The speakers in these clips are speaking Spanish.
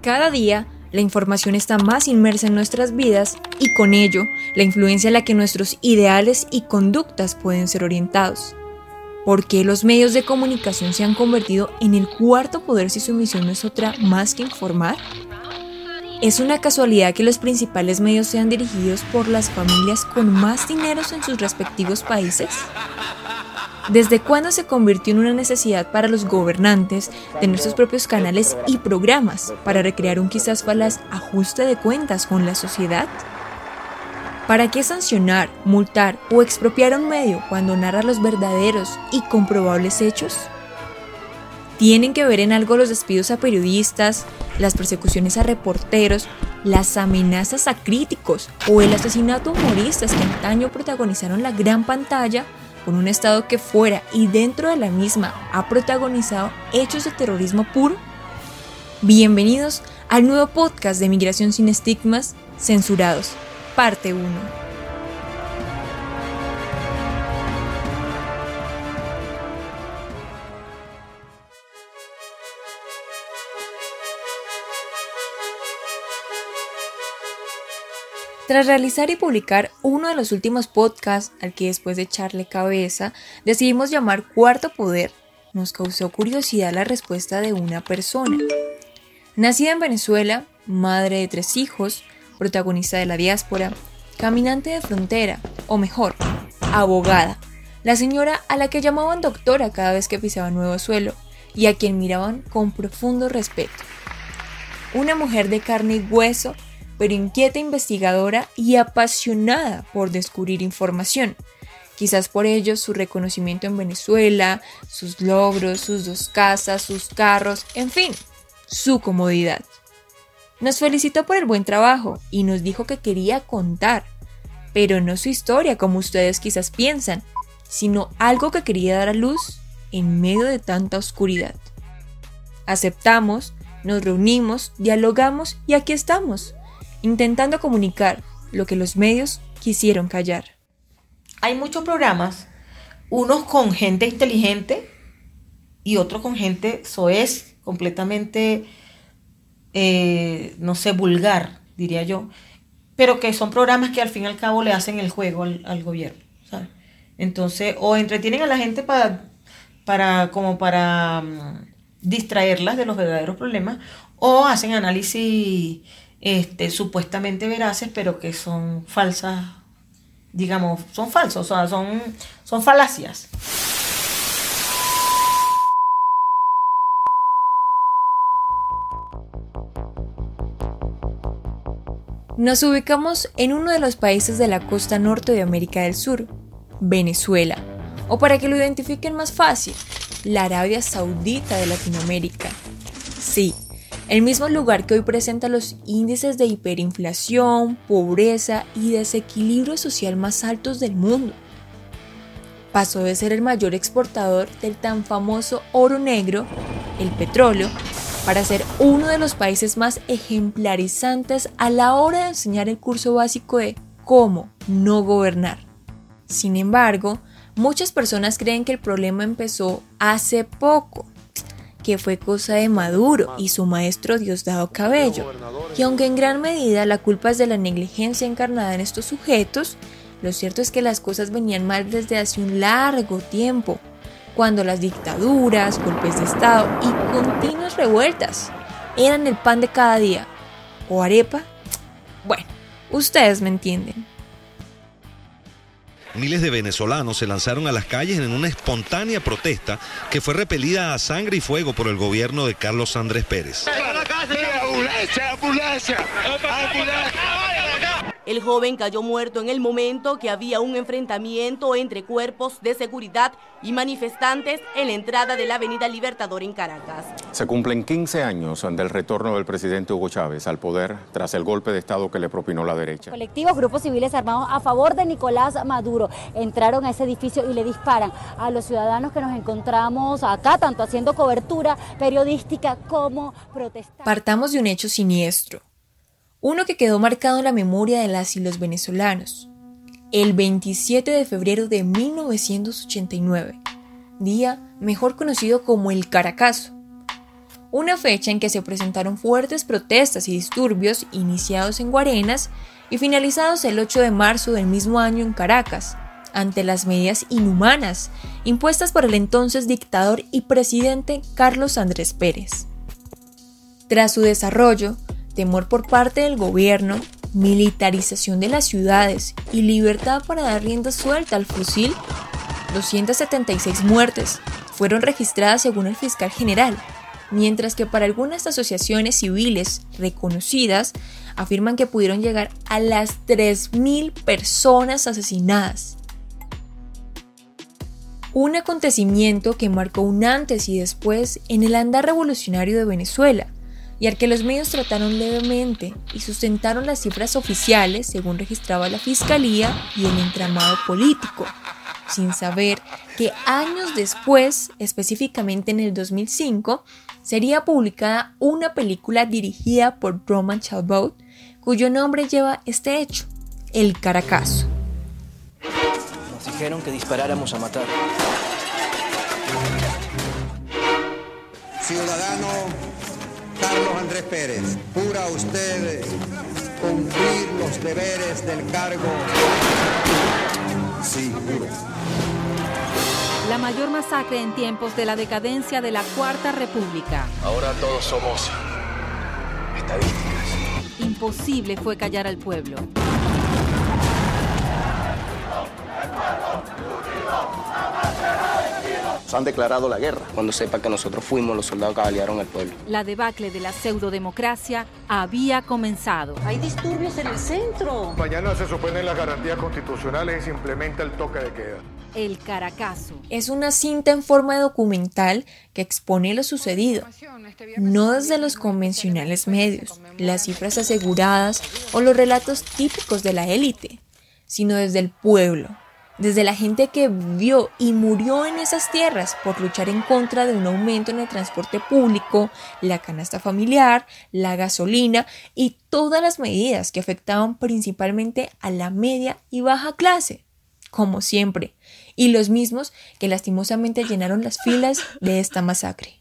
Cada día, la información está más inmersa en nuestras vidas y con ello, la influencia en la que nuestros ideales y conductas pueden ser orientados. ¿Por qué los medios de comunicación se han convertido en el cuarto poder si su misión no es otra más que informar? ¿Es una casualidad que los principales medios sean dirigidos por las familias con más dineros en sus respectivos países? ¿Desde cuándo se convirtió en una necesidad para los gobernantes tener sus propios canales y programas para recrear un quizás falaz ajuste de cuentas con la sociedad? ¿Para qué sancionar, multar o expropiar a un medio cuando narra los verdaderos y comprobables hechos? ¿Tienen que ver en algo los despidos a periodistas, las persecuciones a reporteros, las amenazas a críticos o el asesinato a humoristas que antaño protagonizaron la gran pantalla con un Estado que fuera y dentro de la misma ha protagonizado hechos de terrorismo puro? Bienvenidos al nuevo podcast de Migración sin Estigmas, Censurados, parte 1. Tras realizar y publicar uno de los últimos podcasts al que después de echarle cabeza decidimos llamar Cuarto Poder, nos causó curiosidad la respuesta de una persona. Nacida en Venezuela, madre de 3 hijos, protagonista de la diáspora, caminante de frontera, o mejor, abogada, la señora a la que llamaban doctora cada vez que pisaba nuevo suelo y a quien miraban con profundo respeto. Una mujer de carne y hueso, pero inquieta investigadora y apasionada por descubrir información. Quizás por ello su reconocimiento en Venezuela, sus logros, sus 2 casas, sus carros, en fin, su comodidad. Nos felicitó por el buen trabajo y nos dijo que quería contar, pero no su historia como ustedes quizás piensan, sino algo que quería dar a luz en medio de tanta oscuridad. Aceptamos, nos reunimos, dialogamos y aquí estamos, intentando comunicar lo que los medios quisieron callar. Hay muchos programas, unos con gente inteligente y otros con gente soez, completamente, vulgar, diría yo, pero que son programas que al fin y al cabo le hacen el juego al gobierno, ¿sabes? Entonces, o entretienen a la gente para distraerlas de los verdaderos problemas, o hacen análisis supuestamente veraces, pero que son falsas, digamos, son falsos, o sea, son falacias. Nos ubicamos en uno de los países de la costa norte de América del Sur, Venezuela, o para que lo identifiquen más fácil, la Arabia Saudita de Latinoamérica. Sí, el mismo lugar que hoy presenta los índices de hiperinflación, pobreza y desequilibrio social más altos del mundo. Pasó de ser el mayor exportador del tan famoso oro negro, el petróleo, para ser uno de los países más ejemplarizantes a la hora de enseñar el curso básico de cómo no gobernar. Sin embargo, muchas personas creen que el problema empezó hace poco, que fue cosa de Maduro y su maestro Diosdado Cabello, y aunque en gran medida la culpa es de la negligencia encarnada en estos sujetos, lo cierto es que las cosas venían mal desde hace un largo tiempo, cuando las dictaduras, golpes de Estado y continuas revueltas eran el pan de cada día. ¿O arepa? Bueno, ustedes me entienden. Miles de venezolanos se lanzaron a las calles en una espontánea protesta que fue repelida a sangre y fuego por el gobierno de Carlos Andrés Pérez. El joven cayó muerto en el momento que había un enfrentamiento entre cuerpos de seguridad y manifestantes en la entrada de la Avenida Libertador en Caracas. Se cumplen 15 años del retorno del presidente Hugo Chávez al poder tras el golpe de Estado que le propinó la derecha. Colectivos, grupos civiles armados a favor de Nicolás Maduro entraron a ese edificio y le disparan a los ciudadanos que nos encontramos acá, tanto haciendo cobertura periodística como protestando. Partamos de un hecho siniestro. Uno que quedó marcado en la memoria de las y los venezolanos. El 27 de febrero de 1989, día mejor conocido como el Caracazo. una fecha en que se presentaron fuertes protestas y disturbios iniciados en Guarenas y finalizados el 8 de marzo del mismo año en Caracas, ante las medidas inhumanas impuestas por el entonces dictador y presidente Carlos Andrés Pérez. Tras su desarrollo, temor por parte del gobierno, militarización de las ciudades y libertad para dar rienda suelta al fusil, 276 muertes fueron registradas según el fiscal general, mientras que para algunas asociaciones civiles reconocidas afirman que pudieron llegar a las 3.000 personas asesinadas. Un acontecimiento que marcó un antes y después en el andar revolucionario de Venezuela, y al que los medios trataron levemente y sustentaron las cifras oficiales según registraba la Fiscalía y el entramado político, sin saber que años después, específicamente en el 2005, sería publicada una película dirigida por Roman Chalbaut, cuyo nombre lleva este hecho, El Caracazo. Nos dijeron que disparáramos a matar. Ciudadano Carlos Andrés Pérez, ¿jura usted cumplir los deberes del cargo? Sí, juro. La mayor masacre en tiempos de la decadencia de la Cuarta República. Ahora todos somos estadísticas. Imposible fue callar al pueblo. Nos han declarado la guerra. Cuando sepa que nosotros fuimos los soldados que balearon al pueblo. La debacle de la pseudodemocracia había comenzado. Hay disturbios en el centro. Mañana se suspenden las garantías constitucionales y se implementa el toque de queda. El Caracazo. Es una cinta en forma de documental que expone lo sucedido, no desde los convencionales medios, las cifras aseguradas o los relatos típicos de la élite, sino desde el pueblo, desde la gente que vivió y murió en esas tierras por luchar en contra de un aumento en el transporte público, la canasta familiar, la gasolina y todas las medidas que afectaban principalmente a la media y baja clase, como siempre, y los mismos que lastimosamente llenaron las filas de esta masacre.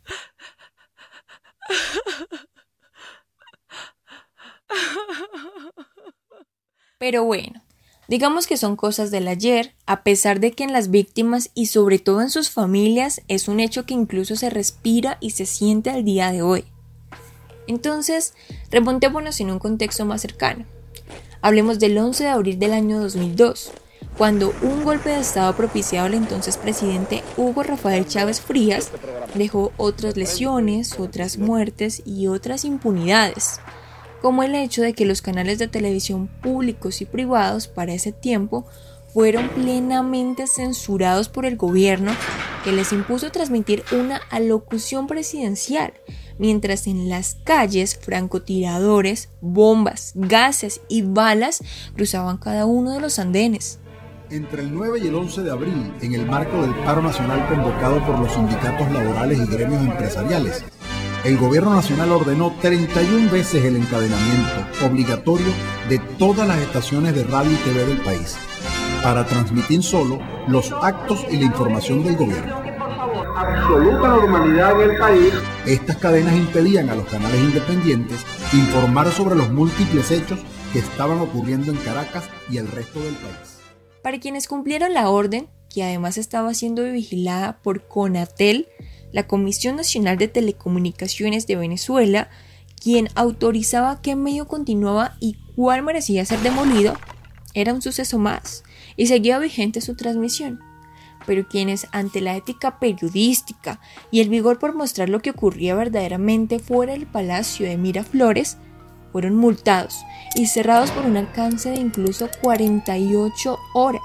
Pero bueno, digamos que son cosas del ayer, a pesar de que en las víctimas y sobre todo en sus familias es un hecho que incluso se respira y se siente al día de hoy. Entonces, remontémonos en un contexto más cercano. Hablemos del 11 de abril del año 2002, cuando un golpe de estado propiciado al entonces presidente Hugo Rafael Chávez Frías dejó otras lesiones, otras muertes y otras impunidades, como el hecho de que los canales de televisión públicos y privados para ese tiempo fueron plenamente censurados por el gobierno, que les impuso transmitir una alocución presidencial, mientras en las calles francotiradores, bombas, gases y balas cruzaban cada uno de los andenes. Entre el 9 y el 11 de abril, en el marco del paro nacional convocado por los sindicatos laborales y gremios empresariales, el gobierno nacional ordenó 31 veces el encadenamiento obligatorio de todas las estaciones de radio y TV del país, para transmitir solo los actos y la información del gobierno. Absoluta normalidad en el país. Estas cadenas impedían a los canales independientes informar sobre los múltiples hechos que estaban ocurriendo en Caracas y el resto del país. Para quienes cumplieron la orden, que además estaba siendo vigilada por CONATEL, la Comisión Nacional de Telecomunicaciones de Venezuela, quien autorizaba qué medio continuaba y cuál merecía ser demolido, era un suceso más y seguía vigente su transmisión. Pero quienes, ante la ética periodística y el vigor por mostrar lo que ocurría verdaderamente fuera del Palacio de Miraflores, fueron multados y cerrados por un alcance de incluso 48 horas.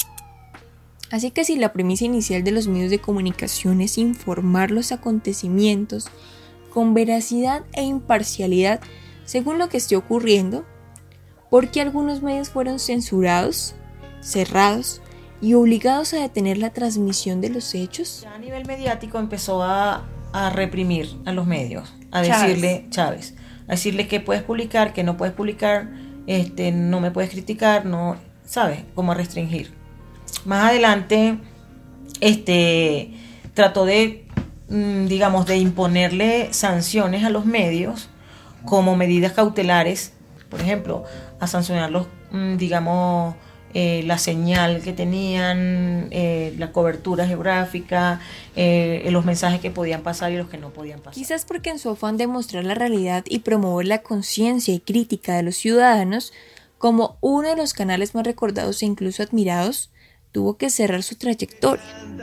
Así que si la premisa inicial de los medios de comunicación es informar los acontecimientos con veracidad e imparcialidad según lo que esté ocurriendo, ¿por qué algunos medios fueron censurados, cerrados y obligados a detener la transmisión de los hechos? Ya a nivel mediático empezó a reprimir a los medios, a decirle Chávez, a decirle qué puedes publicar, qué no puedes publicar, no me puedes criticar, no, ¿sabes? Como restringir. Más adelante, trató de digamos, de imponerle sanciones a los medios como medidas cautelares, por ejemplo, a sancionarlos, digamos, la señal que tenían, la cobertura geográfica, los mensajes que podían pasar y los que no podían pasar. Quizás porque en su afán de mostrar la realidad y promover la conciencia y crítica de los ciudadanos, como uno de los canales más recordados e incluso admirados, tuvo que cerrar su trayectoria.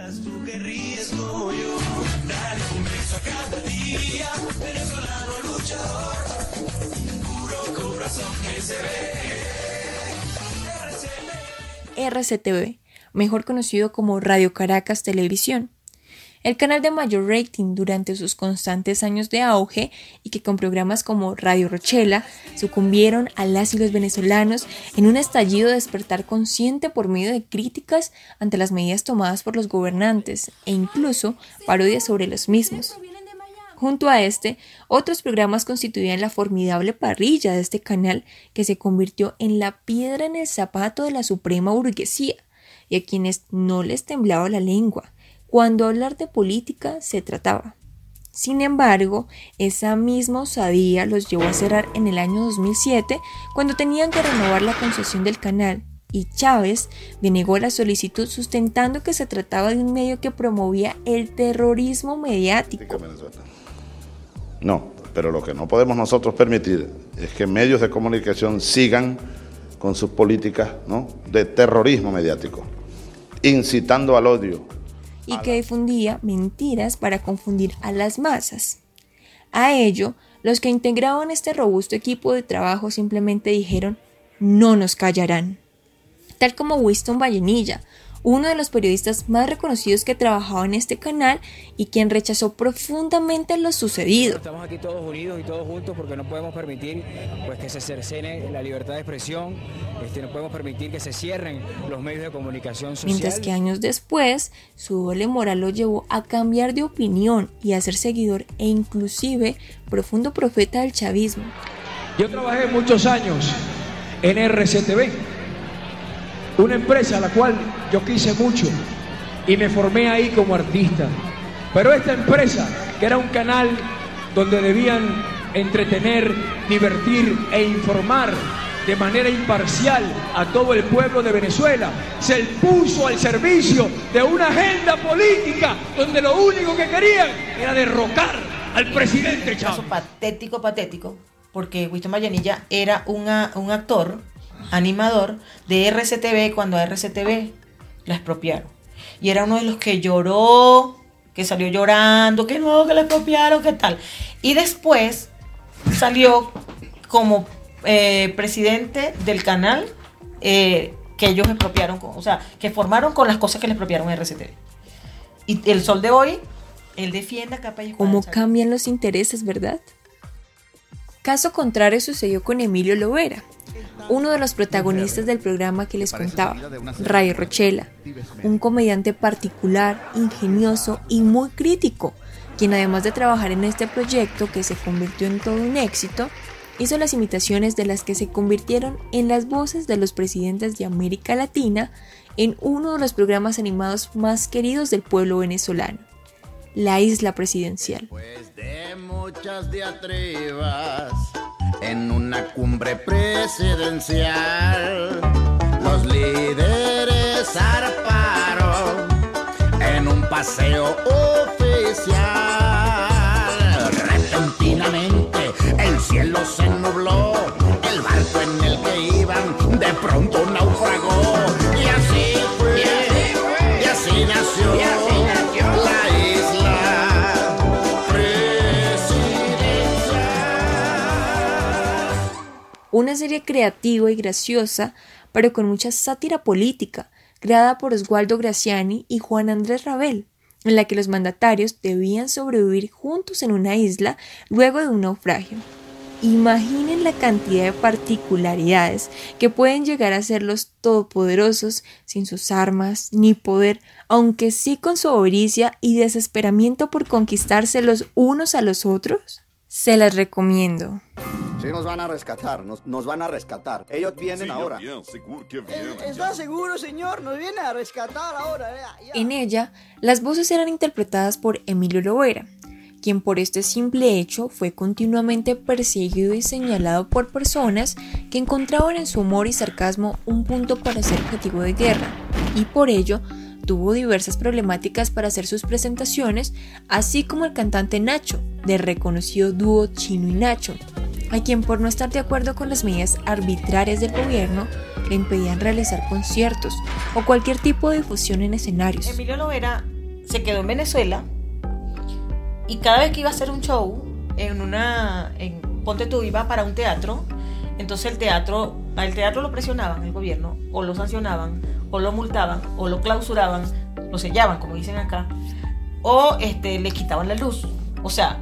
RCTV, mejor conocido como Radio Caracas Televisión, el canal de mayor rating durante sus constantes años de auge y que con programas como Radio Rochela sucumbieron a las y los venezolanos en un estallido de despertar consciente por medio de críticas ante las medidas tomadas por los gobernantes e incluso parodias sobre los mismos. Junto a otros programas constituían la formidable parrilla de este canal que se convirtió en la piedra en el zapato de la suprema burguesía y a quienes no les temblaba la lengua cuando hablar de política se trataba. Sin embargo, esa misma osadía los llevó a cerrar en el año 2007 cuando tenían que renovar la concesión del canal y Chávez denegó la solicitud sustentando que se trataba de un medio que promovía el terrorismo mediático. No, pero lo que no podemos nosotros permitir es que medios de comunicación sigan con sus políticas, ¿no?, de terrorismo mediático, incitando al odio. Y que difundía mentiras para confundir a las masas. A ello, los que integraban este robusto equipo de trabajo simplemente dijeron, no nos callarán. Tal como Winston Vallenilla, uno de los periodistas más reconocidos que trabajaba en este canal y quien rechazó profundamente lo sucedido. Estamos aquí todos unidos y todos juntos porque no podemos permitir pues, que se cercene la libertad de expresión, no podemos permitir que se cierren los medios de comunicación social. Mientras que años después, su doble moral lo llevó a cambiar de opinión y a ser seguidor e inclusive profundo profeta del chavismo. Yo trabajé muchos años en RCTV, una empresa a la cual yo quise mucho y me formé ahí como artista. Pero esta empresa, que era un canal donde debían entretener, divertir e informar de manera imparcial a todo el pueblo de Venezuela, se puso al servicio de una agenda política donde lo único que querían era derrocar al presidente Chávez. Patético, porque Winston Vallenilla era un actor animador de RCTV cuando a RCTV la expropiaron y era uno de los que lloró, que salió llorando, que no, que la expropiaron, que tal, y después salió como presidente del canal que ellos expropiaron, o sea, que formaron con las cosas que le expropiaron a RCTV. Y el sol de hoy, él defiende a capa y espada. ¿Cómo cambian los intereses, verdad? Caso contrario sucedió con Emilio Lovera, uno de los protagonistas del programa que les contaba, Radio Rochela, un comediante particular, ingenioso y muy crítico, quien además de trabajar en este proyecto que se convirtió en todo un éxito, hizo las imitaciones de las que se convirtieron en las voces de los presidentes de América Latina en uno de los programas animados más queridos del pueblo venezolano, La Isla Presidencial. Después de muchas diatribas en una cumbre presidencial, los líderes zarparon en un paseo oficial. Repentinamente el cielo se nubló, el barco en el que iban de pronto naufragó. Y así fue, y así nació la isla presidencial. Una serie creativa y graciosa, pero con mucha sátira política, creada por Oswaldo Graziani y Juan Andrés Rabel, en la que los mandatarios debían sobrevivir juntos en una isla luego de un naufragio. Imaginen la cantidad de particularidades que pueden llegar a ser los todopoderosos sin sus armas ni poder, aunque sí con su avaricia y desesperamiento por conquistarse los unos a los otros. Se las recomiendo. Sí, nos van a rescatar, nos van a rescatar. Ellos vienen ahora. ¿Está seguro, señor? Nos vienen a rescatar ahora. Ya. En ella, las voces eran interpretadas por Emilio Lovera, quien por este simple hecho fue continuamente perseguido y señalado por personas que encontraban en su humor y sarcasmo un punto para ser objetivo de guerra, y por ello tuvo diversas problemáticas para hacer sus presentaciones, así como el cantante Nacho, del reconocido dúo Chino y Nacho, a quien por no estar de acuerdo con las medidas arbitrarias del gobierno le impedían realizar conciertos o cualquier tipo de difusión en escenarios. Emilio Lovera se quedó en Venezuela y cada vez que iba a hacer un show ponte tú, iba para un teatro, entonces al teatro lo presionaban el gobierno, o lo sancionaban, o lo multaban, o lo clausuraban, lo sellaban, como dicen acá, o le quitaban la luz. O sea,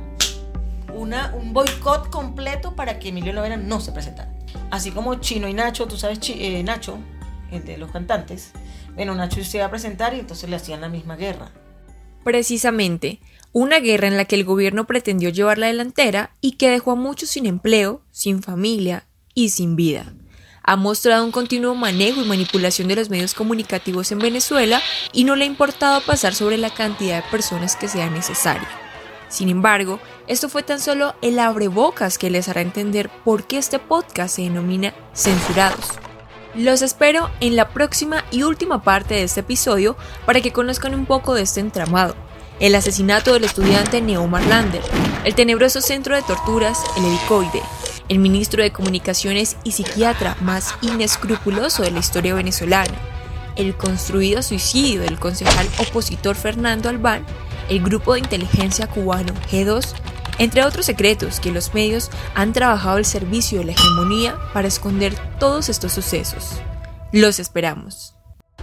un boicot completo para que Emilio Lovera no se presentara. Así como Chino y Nacho, tú sabes, Nacho, el de los cantantes, bueno, Nacho se iba a presentar y entonces le hacían la misma guerra. Precisamente, una guerra en la que el gobierno pretendió llevar la delantera y que dejó a muchos sin empleo, sin familia y sin vida. Ha mostrado un continuo manejo y manipulación de los medios comunicativos en Venezuela y no le ha importado pasar sobre la cantidad de personas que sea necesaria. Sin embargo, esto fue tan solo el abrebocas que les hará entender por qué este podcast se denomina Censurados. Los espero en la próxima y última parte de este episodio para que conozcan un poco de este entramado, el asesinato del estudiante Neomar Lander, el tenebroso centro de torturas, el Helicoide, el ministro de Comunicaciones y psiquiatra más inescrupuloso de la historia venezolana, el construido suicidio del concejal opositor Fernando Albán, el grupo de inteligencia cubano G2, entre otros secretos que los medios han trabajado al servicio de la hegemonía para esconder todos estos sucesos. Los esperamos.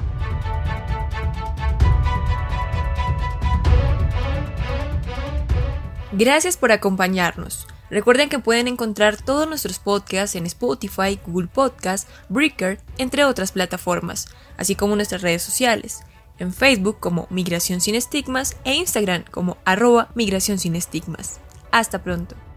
Gracias por acompañarnos. Recuerden que pueden encontrar todos nuestros podcasts en Spotify, Google Podcasts, Breaker, entre otras plataformas, así como nuestras redes sociales. En Facebook como Migración Sin Estigmas e Instagram como @Migración Sin Estigmas. Hasta pronto.